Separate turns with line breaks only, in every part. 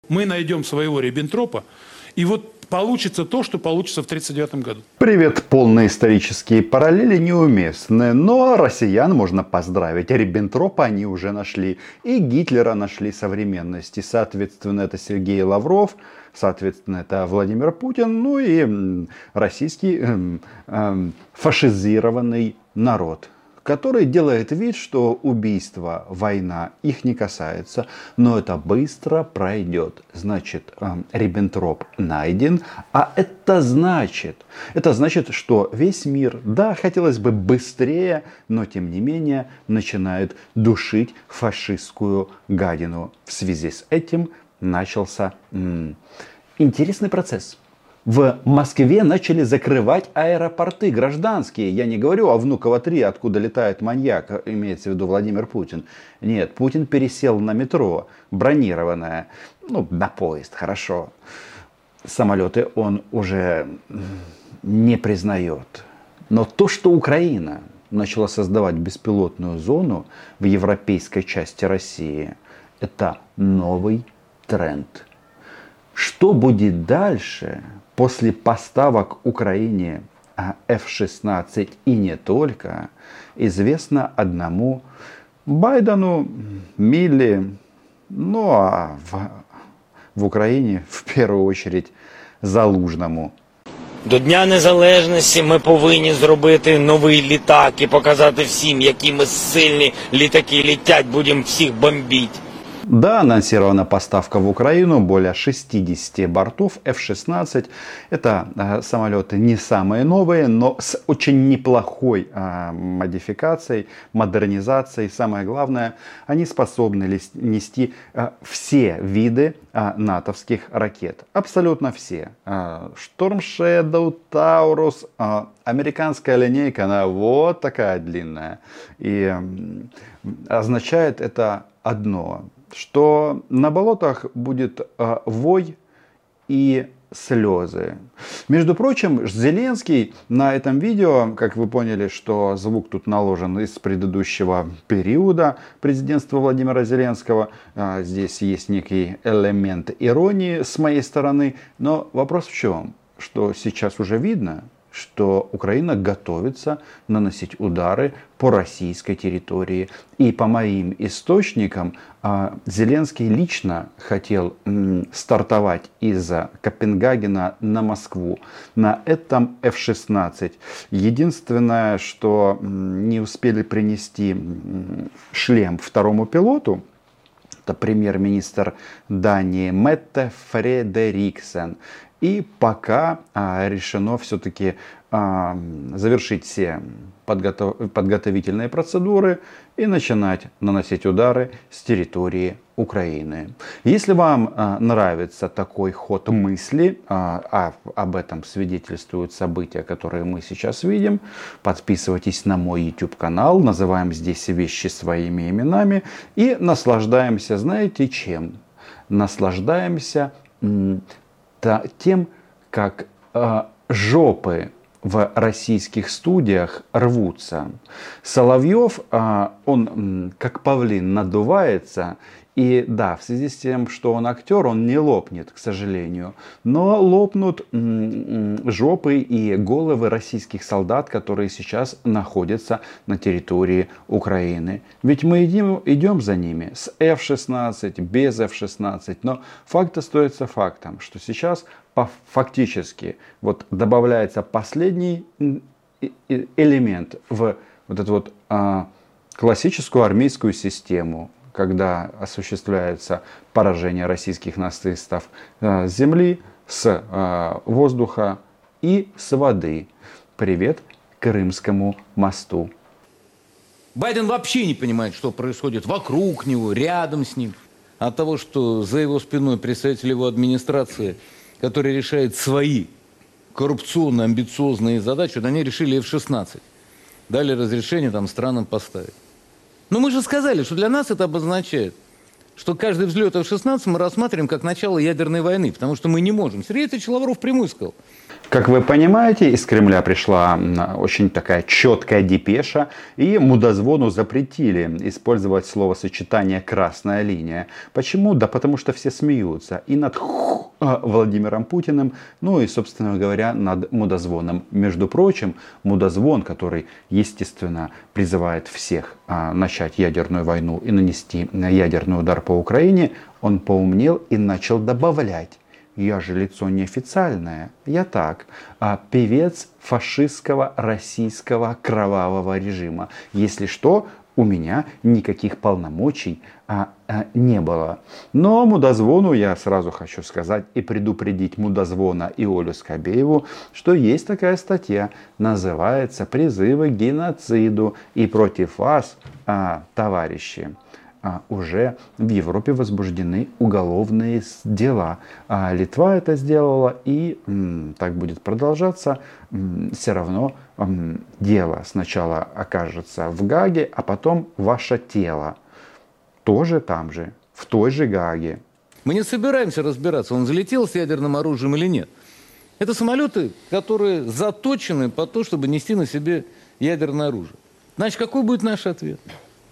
мы найдем своего Риббентропа, и вот получится то, что получится в 1939 году.
Привет, полные исторические параллели неуместны, но россиян можно поздравить. Риббентропа они уже нашли, и Гитлера нашли современности. Соответственно, это Сергей Лавров, соответственно, это Владимир Путин, ну и российский фашизированный народ, который делает вид, что убийство, война их не касается, но это быстро пройдет. Значит, Риббентроп найден, а это значит, что весь мир, да, хотелось бы быстрее, но тем не менее начинает душить фашистскую гадину. В связи с этим начался интересный процесс. В Москве начали закрывать аэропорты гражданские. Я не говорю о Внуково-3, откуда летает маньяк, имеется в виду Владимир Путин. Нет, Путин пересел на метро, бронированное, на поезд, хорошо. Самолеты он уже не признает. Но то, что Украина начала создавать беспилотную зону в европейской части России, это новый тренд. Что будет дальше? После поставок Украине F-16 и не только, известно одному Байдену, Миллі, а в Україні в першу очередь Залужному.
До Дня Незалежності ми повинні зробити новий літак і показати всім, які ми сильні літаки летять, будемо всіх бомбити.
Да, анонсирована поставка в Украину более 60 бортов F-16. Это самолеты не самые новые, но с очень неплохой модификацией, модернизацией. Самое главное, они способны нести все виды натовских ракет. Абсолютно все. Storm Shadow, Taurus, американская линейка, она вот такая длинная. И означает это одно, что на болотах будет вой и слезы. Между прочим, Зеленский на этом видео, как вы поняли, что звук тут наложен из предыдущего периода президентства Владимира Зеленского, здесь есть некий элемент иронии с моей стороны, но вопрос в чем? Что сейчас уже видно, что Украина готовится наносить удары по российской территории. И по моим источникам, Зеленский лично хотел стартовать из Копенгагена на Москву на этом F-16. Единственное, что не успели принести шлем второму пилоту, это премьер-министр Дании Метте Фредериксен. И пока решено все-таки завершить все подготовительные процедуры и начинать наносить удары с территории Украины. Если вам нравится такой ход мысли, об этом свидетельствуют события, которые мы сейчас видим, подписывайтесь на мой YouTube канал, называем здесь вещи своими именами и наслаждаемся, знаете чем? Наслаждаемся тем, как жопы в российских студиях рвутся. Соловьев, он как павлин надувается. И да, в связи с тем, что он актер, он не лопнет, к сожалению. Но лопнут жопы и головы российских солдат, которые сейчас находятся на территории Украины. Ведь мы идем за ними с F-16, без F-16. Но факт остается фактом, что сейчас фактически добавляется последний элемент в эту классическую армейскую систему, когда осуществляется поражение российских нацистов с земли, с воздуха и с воды. Привет Крымскому мосту.
Байден вообще не понимает, что происходит вокруг него, рядом с ним. От того, что за его спиной представитель его администрации, который решает свои коррупционные, амбициозные задачи, они решили F-16. Дали разрешение странам поставить. Но мы же сказали, что для нас это обозначает, что каждый взлет F-16 мы рассматриваем как начало ядерной войны, потому что мы не можем. Сергей Ильич Лавров прямую сказал.
Как вы понимаете, из Кремля пришла очень такая четкая депеша, и мудозвону запретили использовать словосочетание «красная линия». Почему? Да потому что все смеются и над Владимиром Путиным, ну и, собственно говоря, над мудозвоном. Между прочим, мудозвон, который, естественно, призывает всех начать ядерную войну и нанести ядерный удар по Украине, он поумнел и начал добавлять: я же лицо неофициальное, я так, певец фашистского российского кровавого режима. Если что, у меня никаких полномочий не было. Но мудозвону я сразу хочу сказать и предупредить мудозвона и Олю Скобееву, что есть такая статья, называется «Призывы к геноциду». И против вас, товарищи, уже в Европе возбуждены уголовные дела. Литва это сделала, и так будет продолжаться. Все равно дело сначала окажется в Гааге, а потом ваше тело тоже там же, в той же Гааге.
Мы не собираемся разбираться, он залетел с ядерным оружием или нет. Это самолеты, которые заточены по то, чтобы нести на себе ядерное оружие. Значит, какой будет наш ответ?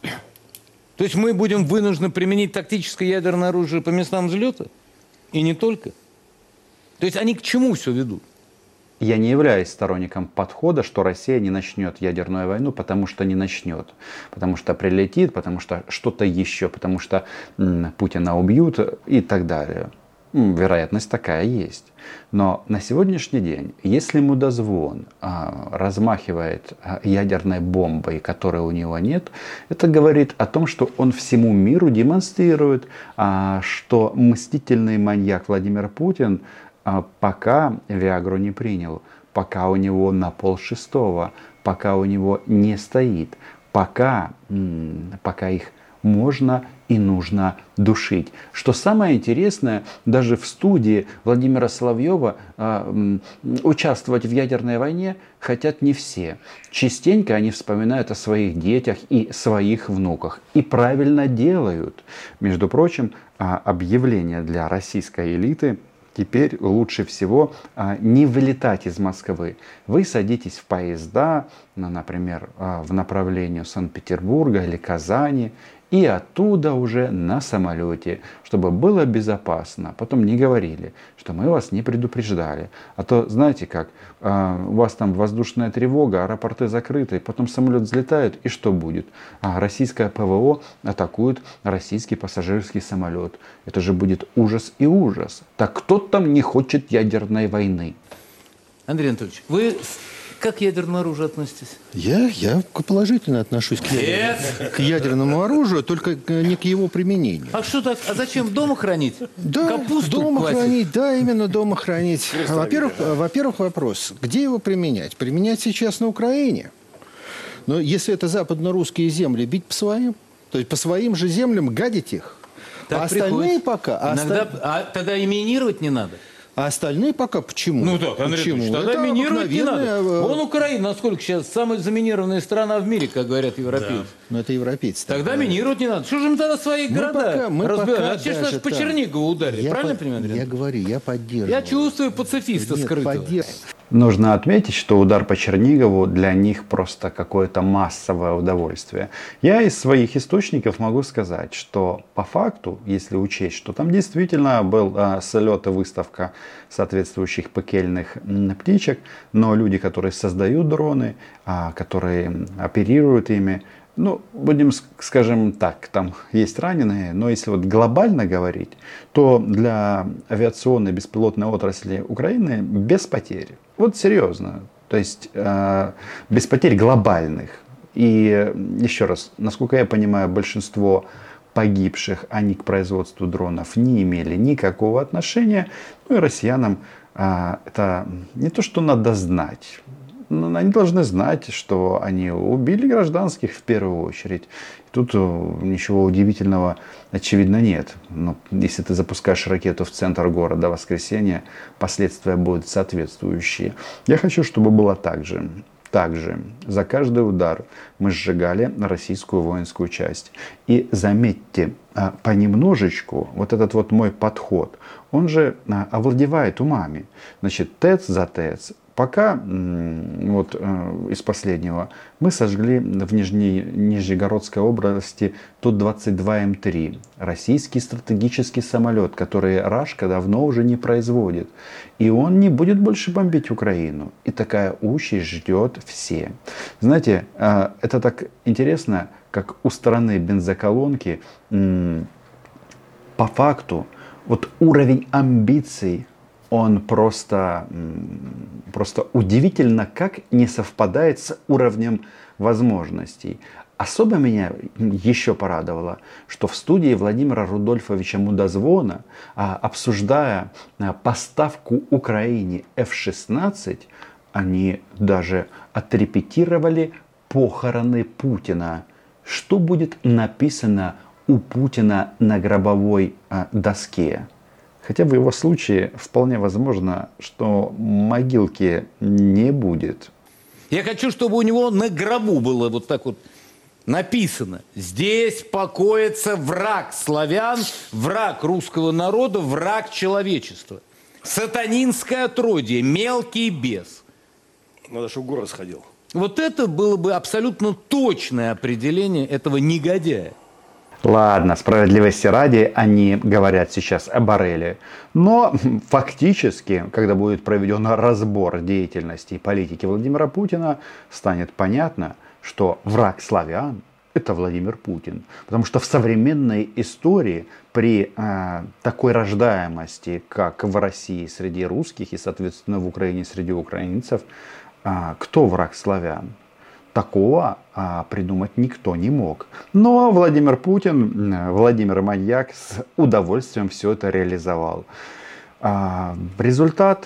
То есть мы будем вынуждены применить тактическое ядерное оружие по местам взлета? И не только? То есть они к чему все ведут?
Я не являюсь сторонником подхода, что Россия не начнет ядерную войну, потому что не начнет. Потому что прилетит, потому что что-то еще, потому что Путина убьют и так далее. Вероятность такая есть. Но на сегодняшний день, если мудозвон размахивает ядерной бомбой, которой у него нет, это говорит о том, что он всему миру демонстрирует, что мстительный маньяк Владимир Путин пока Виагру не принял, пока у него на 5:30, пока у него не стоит, пока их можно и нужно душить. Что самое интересное, даже в студии Владимира Соловьева участвовать в ядерной войне хотят не все. Частенько они вспоминают о своих детях и своих внуках. И правильно делают. Между прочим, объявление для российской элиты: теперь лучше всего не вылетать из Москвы. Вы садитесь в поезда, например, в направлении Санкт-Петербурга или Казани, и оттуда уже на самолете, чтобы было безопасно. Потом не говорили, что мы вас не предупреждали. А то, знаете как, у вас там воздушная тревога, аэропорты закрыты, потом самолет взлетает, и что будет? Российское ПВО атакует российский пассажирский самолет. Это же будет ужас и ужас. Так кто там не хочет ядерной войны?
Андрей Анатольевич, вы как к ядерному оружию относитесь?
Я положительно отношусь к ядерному оружию, только не к его применению.
А что так? А зачем дома хранить?
Да,
Капусту
дома
квасить?
хранить, да, именно дома хранить. Во-первых, вопрос, где его применять? Применять сейчас на Украине? Но если это западно-русские земли, бить по своим? То есть по своим же землям гадить их?
Так
а остальные
приходится.
пока...
Тогда и минировать не надо.
А остальные пока почему?
Ну так, Андрей
почему?
Ильич, тогда
Это
минировать не надо.
обыкновенная,
Вон Украина, насколько сейчас самая заминированная страна в мире, как говорят европейцы.
Но это европейцы.
Тогда минировать не надо. Что же мы тогда свои города
мы
разбиваем?
пока
А че ж
даже
нас по
там.
Чернигову ударили, правильно я понимаю, Андрей?
Я говорю, я поддерживаю.
Я чувствую пацифиста
Нет,
скрытого.
Нужно отметить, что удар по Чернигову для них просто какое-то массовое удовольствие. Я из своих источников могу сказать, что по факту, если учесть, что там действительно был слет и выставка соответствующих пекельных птичек, но люди, которые создают дроны, которые оперируют ими, ну, будем, скажем так, там есть раненые, но если вот глобально говорить, то для авиационной беспилотной отрасли Украины без потерь. Вот серьезно. То есть без потерь глобальных. И еще раз, насколько я понимаю, большинство погибших, они к производству дронов не имели никакого отношения. Ну и россиянам это не то, что надо знать. Но они должны знать, что они убили гражданских в первую очередь. Тут ничего удивительного, очевидно, нет. Но если ты запускаешь ракету в центр города в воскресенье, последствия будут соответствующие. Я хочу, чтобы было так же. Также за каждый удар мы сжигали российскую воинскую часть. И заметьте, понемножечку вот этот вот мой подход, он же овладевает умами. Значит, ТЭЦ за ТЭЦ. Пока вот из последнего мы сожгли в Нижегородской области Ту-22М3, российский стратегический самолет, который Рашка давно уже не производит. И он не будет больше бомбить Украину. И такая участь ждет все. Знаете, это так интересно, как у стороны бензоколонки по факту вот уровень амбиций, он просто удивительно как не совпадает с уровнем возможностей. Особо меня еще порадовало, что в студии Владимира Рудольфовича Мудозвона, обсуждая поставку Украине F-16, они даже отрепетировали похороны Путина. Что будет написано у Путина на гробовой доске? Хотя в его случае вполне возможно, что могилки не будет.
Я хочу, чтобы у него на гробу было вот так вот написано: здесь покоится враг славян, враг русского народа, враг человечества. Сатанинское отродье, мелкий бес.
Надо, чтобы в город сходил.
Вот это было бы абсолютно точное определение этого негодяя.
Ладно, справедливости ради, они говорят сейчас о Боррелле. Но фактически, когда будет проведен разбор деятельности и политики Владимира Путина, станет понятно, что враг славян – это Владимир Путин. Потому что в современной истории при такой рождаемости, как в России среди русских и, соответственно, в Украине среди украинцев, кто враг славян? Такого придумать никто не мог. Но Владимир Путин, Владимир Маньяк с удовольствием все это реализовал. Результат,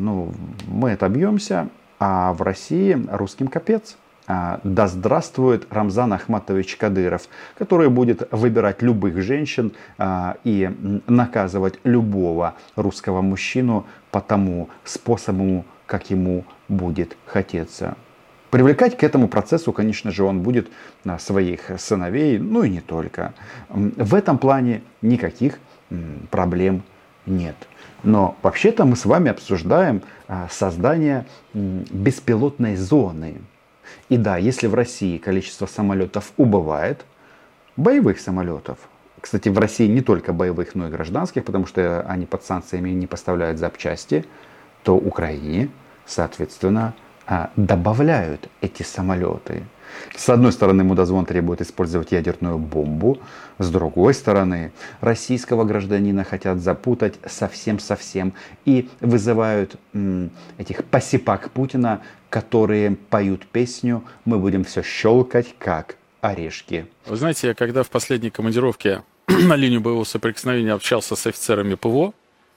мы отобьемся, а в России русским капец. Да здравствует Рамзан Ахматович Кадыров, который будет выбирать любых женщин и наказывать любого русского мужчину по тому способу, как ему будет хотеться. Привлекать к этому процессу, конечно же, он будет своих сыновей, ну и не только. В этом плане никаких проблем нет. Но вообще-то мы с вами обсуждаем создание беспилотной зоны. И да, если в России количество самолетов убывает, боевых самолетов, кстати, в России не только боевых, но и гражданских, потому что они под санкциями не поставляют запчасти, то Украине, соответственно, добавляют эти самолеты. С одной стороны, Мудозвон требует использовать ядерную бомбу. С другой стороны, российского гражданина хотят запутать совсем-совсем. И вызывают этих посипак Путина, которые поют песню «Мы будем все щелкать, как орешки».
Вы знаете, я когда в последней командировке на линию боевого соприкосновения общался с офицерами ПВО,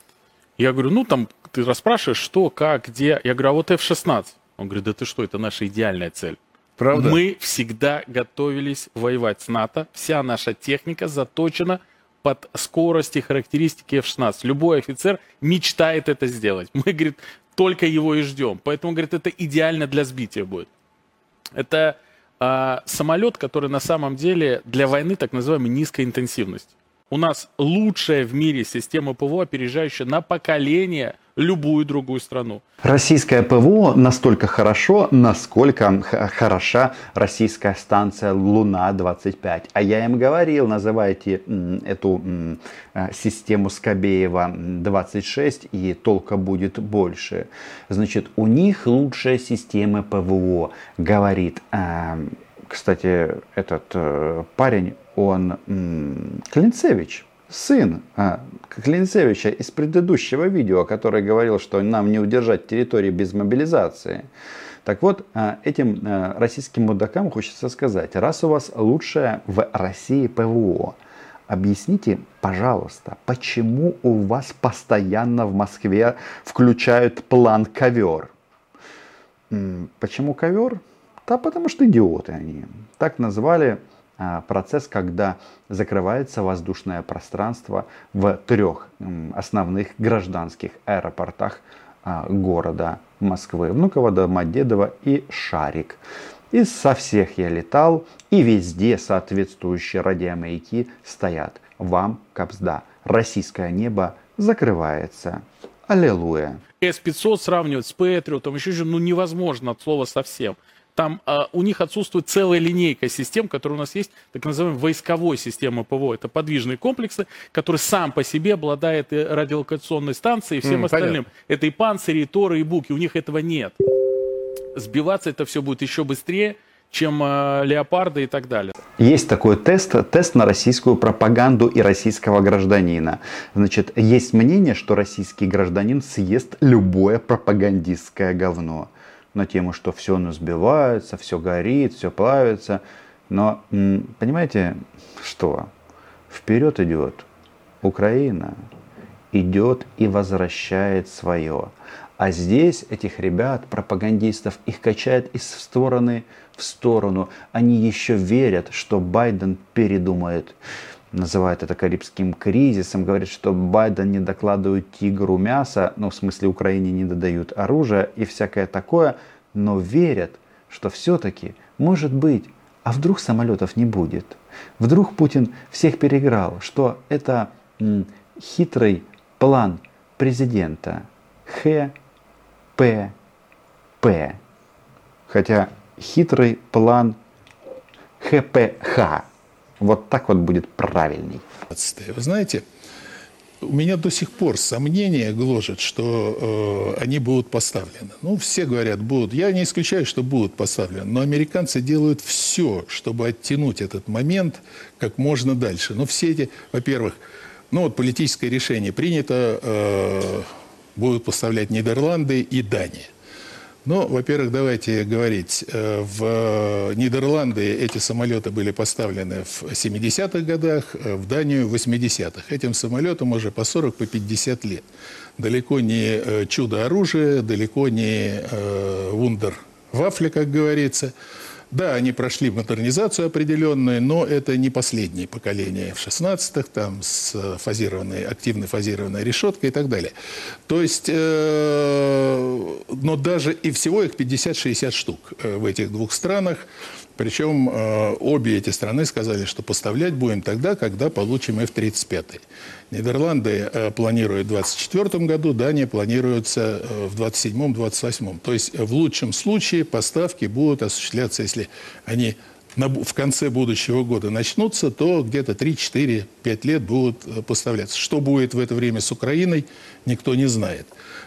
я говорю, там ты расспрашиваешь, что, как, где. Я говорю, а вот F-16. Он говорит, да ты что, это наша идеальная цель.
Правда?
Мы всегда готовились воевать с НАТО. Вся наша техника заточена под скорость и характеристики F-16. Любой офицер мечтает это сделать. Мы, говорит, только его и ждем. Поэтому, говорит, это идеально для сбития будет. Это самолет, который на самом деле для войны так называемой низкой интенсивности. У нас лучшая в мире система ПВО, опережающая на поколение любую другую страну.
Российское ПВО настолько хорошо, насколько хороша российская станция Луна-25. А я им говорил, называйте эту систему Скобеева-26, и толка будет больше. Значит, у них лучшая система ПВО. Говорит, кстати, этот парень, он Клинцевич. Сын Клинцевича из предыдущего видео, который говорил, что нам не удержать территории без мобилизации. Так вот, этим российским мудакам хочется сказать, раз у вас лучшее в России ПВО, объясните, пожалуйста, почему у вас постоянно в Москве включают план ковер? Почему ковер? Да потому что идиоты они. Так назвали процесс, когда закрывается воздушное пространство в 3 основных гражданских аэропортах города Москвы, Внуково, Домодедово и Шарик. И со всех я летал, и везде соответствующие радиомаяки стоят. Вам кабзда. Российское небо закрывается. Аллилуйя.
С-500 сравнивать с Патриотом, еще же, невозможно от слова совсем. Там у них отсутствует целая линейка систем, которые у нас есть, так называемая войсковой система ПВО. Это подвижные комплексы, которые сам по себе обладает и радиолокационной станцией, и всем остальным.
Понятно.
Это и панцири, и торы, и буки. У них этого нет. Сбиваться это все будет еще быстрее, чем леопарды и так далее.
Есть такой тест на российскую пропаганду и российского гражданина. Значит, есть мнение, что российский гражданин съест любое пропагандистское говно. На тему, что все сбивается, все горит, все плавится. Но, понимаете, что? Вперед идет Украина, идет и возвращает свое. А здесь этих ребят, пропагандистов, их качает из стороны в сторону. Они еще верят, что Байден передумает. Называют это Карибским кризисом. Говорят, что Байден не докладывает тигру мяса. Ну, в смысле, Украине не додают оружие и всякое такое. Но верят, что все-таки, может быть, а вдруг самолетов не будет? Вдруг Путин всех переиграл? Что это хитрый план президента. ХПП. Хотя хитрый план ХПХ. Вот так вот будет правильней.
Вы знаете, у меня до сих пор сомнения гложет, что они будут поставлены. Ну, все говорят, будут. Я не исключаю, что будут поставлены. Но американцы делают все, чтобы оттянуть этот момент как можно дальше. Но все эти, во-первых, политическое решение принято, будут поставлять Нидерланды и Дания. Ну, во-первых, давайте говорить, в Нидерланды эти самолеты были поставлены в 70-х годах, в Данию в 80-х. Этим самолетам уже по 40, по 50 лет. Далеко не чудо-оружие, далеко не вундервафля, как говорится. Да, они прошли модернизацию определенную, но это не последнее поколение F-16, там с активно фазированной решеткой и так далее. То есть, но даже и всего их 50-60 штук в этих двух странах. Причем обе эти страны сказали, что поставлять будем тогда, когда получим F-35. Нидерланды планируют в 2024 году, Дания планируется в 2027-2028. То есть в лучшем случае поставки будут осуществляться, если они в конце будущего года начнутся, то где-то 3-4-5 лет будут поставляться. Что будет в это время с Украиной, никто не знает.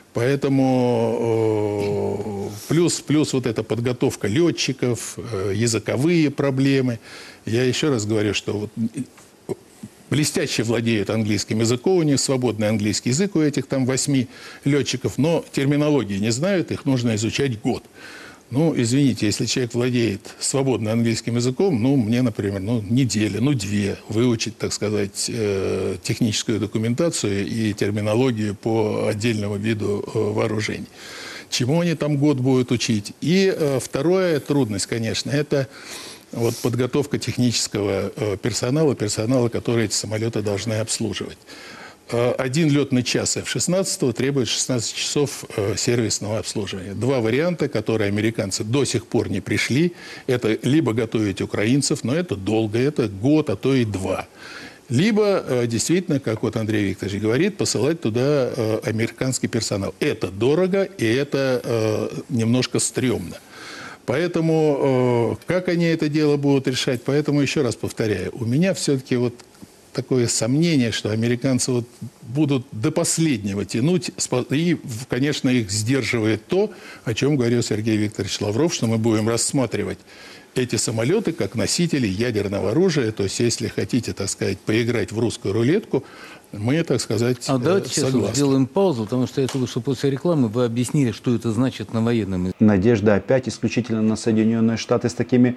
Поэтому плюс вот эта подготовка летчиков, языковые проблемы. Я еще раз говорю, что вот блестяще владеют английским языком, у них свободный английский язык у этих там 8 летчиков, но терминологии не знают, их нужно изучать год. Ну, извините, если человек владеет свободно английским языком, мне, например, неделя, 2 выучить, так сказать, техническую документацию и терминологию по отдельному виду вооружений. Чему они там год будут учить? И вторая трудность, конечно, это вот подготовка технического персонала, который эти самолеты должны обслуживать. Один летный час F-16 требует 16 часов сервисного обслуживания. 2 варианта, которые американцы до сих пор не пришли. Это либо готовить украинцев, но это долго, это год, а то и 2. Либо действительно, как вот Андрей Викторович говорит, посылать туда американский персонал. Это дорого и это немножко стрёмно. Поэтому как они это дело будут решать? Поэтому еще раз повторяю, у меня все-таки вот такое сомнение, что американцы будут до последнего тянуть, и, конечно, их сдерживает то, о чем говорил Сергей Викторович Лавров, что мы будем рассматривать эти самолеты как носители ядерного оружия. То есть, если хотите, так сказать, поиграть в русскую рулетку, мы, так сказать,
давайте сейчас сделаем паузу, потому что я думаю, что после рекламы вы объяснили, что это значит на военном языке.
Надежда опять исключительно на Соединенные Штаты с такими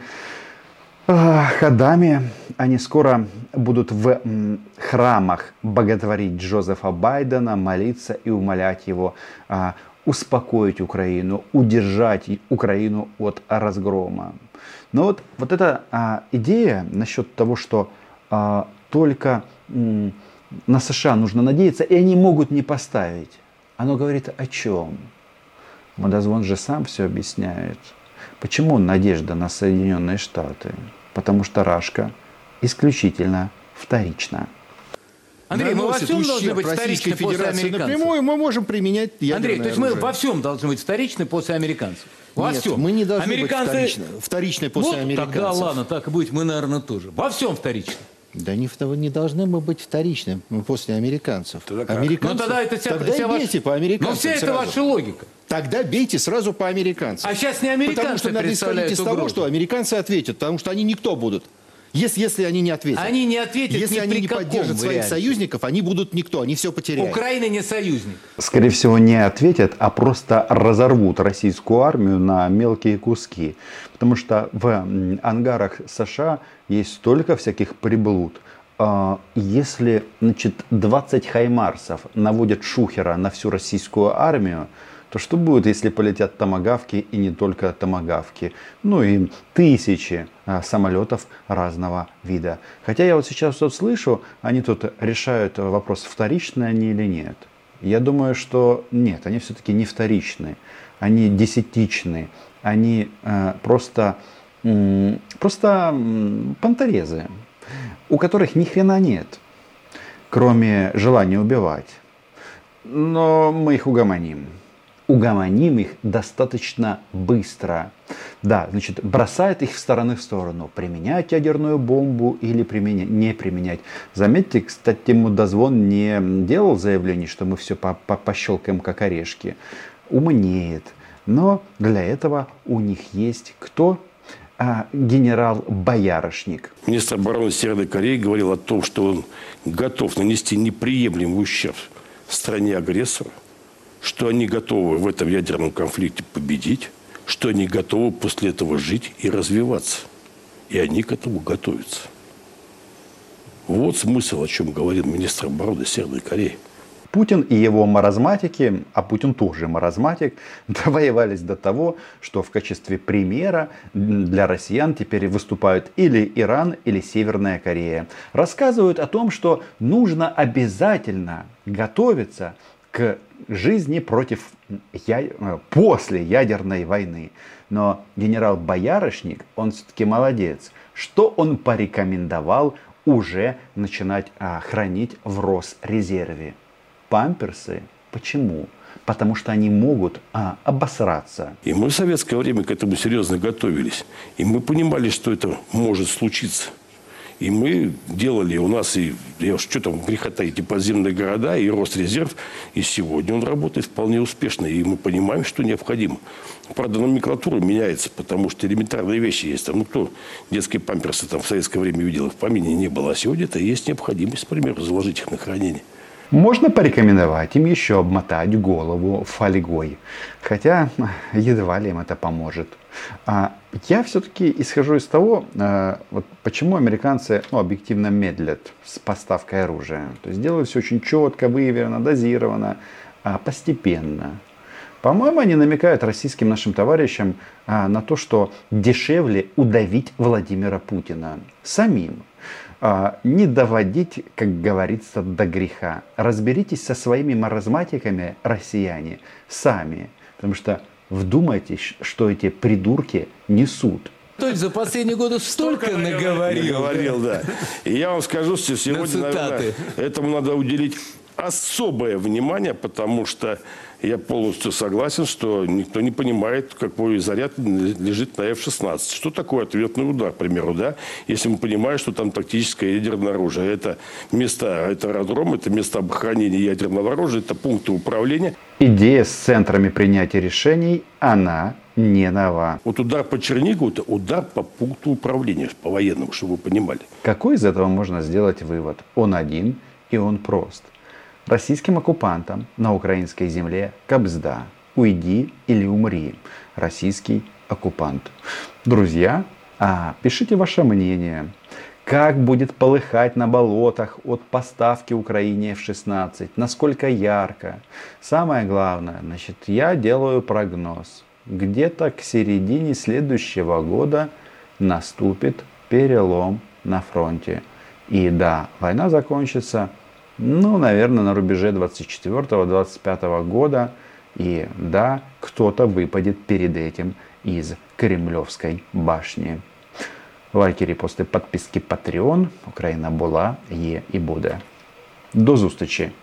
ходами. Они скоро будут в храмах боготворить Джозефа Байдена, молиться и умолять его успокоить Украину, удержать Украину от разгрома. Но вот эта идея насчет того, что только на США нужно надеяться, и они могут не поставить, оно говорит о чем? Мудозвон же сам все объясняет. Почему надежда на Соединенные Штаты? Потому что Рашка исключительно вторична.
Андрей, мы во
Наносит
всем должны
ущерб
быть
Российской
вторичны после
Федерации
американцев.
напрямую, мы можем применять ядерное
Андрей, то есть мы
оружие.
во всем должны быть вторичны после американцев? Во
Нет,
всем.
мы не должны
Американцы...
быть вторичны после
Вот
американцев.
тогда ладно, так и быть, мы, наверное, тоже. Во всем вторичны.
Да не должны мы быть вторичны после американцев.
Тогда как?
Ну тогда это
Тогда и бейте по американцам
Но вся это
сразу.
ваша логика.
Тогда бейте сразу по американцам.
А сейчас не американцы
Потому что надо исходить
представляют
из того,
угрозу.
что американцы ответят, потому что они никто будут. Если они не ответят.
Они не ответят
Если
ни
они
при
не
каком
поддержат своих
варианте.
союзников, они будут никто, они все потеряют.
Украина не союзник.
Скорее всего, не ответят, а просто разорвут российскую армию на мелкие куски. Потому что в ангарах США есть столько всяких приблуд. Если, значит, 20 хаймарсов наводят шухера на всю российскую армию, то что будет, если полетят томагавки и не только томагавки? Ну и тысячи самолетов разного вида. Хотя я вот сейчас вот слышу, они тут решают вопрос, вторичные они или нет. Я думаю, что нет, они все-таки не вторичные. Они десятичные. Они просто понторезы, у которых ни хрена нет, кроме желания убивать. Но мы их угомоним. Угомоним их достаточно быстро. Да, значит, бросает их в сторону. Применять ядерную бомбу или не применять. Заметьте, кстати, Мудозвон не делал заявлений, что мы все пощелкаем как орешки. Умнеет. Но для этого у них есть кто? Генерал Боярышник.
Министр обороны Северной Кореи говорил о том, что он готов нанести неприемлемый ущерб стране-агрессору, что они готовы в этом ядерном конфликте победить, что они готовы после этого жить и развиваться. И они к этому готовятся. Вот смысл, о чем говорил министр обороны Северной Кореи.
Путин и его маразматики, а Путин тоже маразматик, довоевались до того, что в качестве примера для россиян теперь выступают или Иран, или Северная Корея. Рассказывают о том, что нужно обязательно готовиться к жизни после ядерной войны. Но генерал Боярышник, он все-таки молодец. Что он порекомендовал уже начинать хранить в Росрезерве? Памперсы. Почему? Потому что они могут обосраться.
И мы в советское время к этому серьезно готовились. И мы понимали, что это может случиться. И мы делали у нас, что там греха таить, и подземные города, и Росрезерв. И сегодня он работает вполне успешно. И мы понимаем, что необходимо. Правда, номенклатура меняется, потому что элементарные вещи есть. Там, кто детские памперсы там в советское время видел, их в помине не было. А сегодня это есть необходимость, например, заложить их на хранение.
Можно порекомендовать им еще обмотать голову фольгой. Хотя едва ли им это поможет. Я все-таки исхожу из того, почему американцы объективно медлят с поставкой оружия. То есть делают все очень четко, выверено, дозировано, постепенно. По-моему, они намекают российским нашим товарищам на то, что дешевле удавить Владимира Путина самим. Не доводить, как говорится, до греха. Разберитесь со своими маразматиками, россияне, сами. Потому что вдумайтесь, что эти придурки несут.
То есть за последние годы столько наговорил.
Наговорил, да. И я вам скажу, что сегодня, наверное, этому надо уделить особое внимание, потому что я полностью согласен, что никто не понимает, какой заряд лежит на F-16. Что такое ответный удар, к примеру, да? Если мы понимаем, что там тактическое ядерное оружие. Это места, это аэродром, это места хранения ядерного оружия, это пункты управления.
Идея с центрами принятия решений, она не нова.
Вот удар по Чернигову – это удар по пункту управления, по военному, чтобы вы понимали.
Какой из этого можно сделать вывод? Он один и он прост. Российским оккупантам на украинской земле кабзда. Уйди или умри. Российский оккупант. Друзья, пишите ваше мнение. Как будет полыхать на болотах от поставки Украине F-16? Насколько ярко? Самое главное, значит, я делаю прогноз. Где-то к середине следующего года наступит перелом на фронте. И да, война закончится, наверное, на рубеже 24-25 года. И да, кто-то выпадет перед этим из Кремлевской башни. Лайки, репости, підписки, Patreon. Україна була, є і буде. До зустрічі!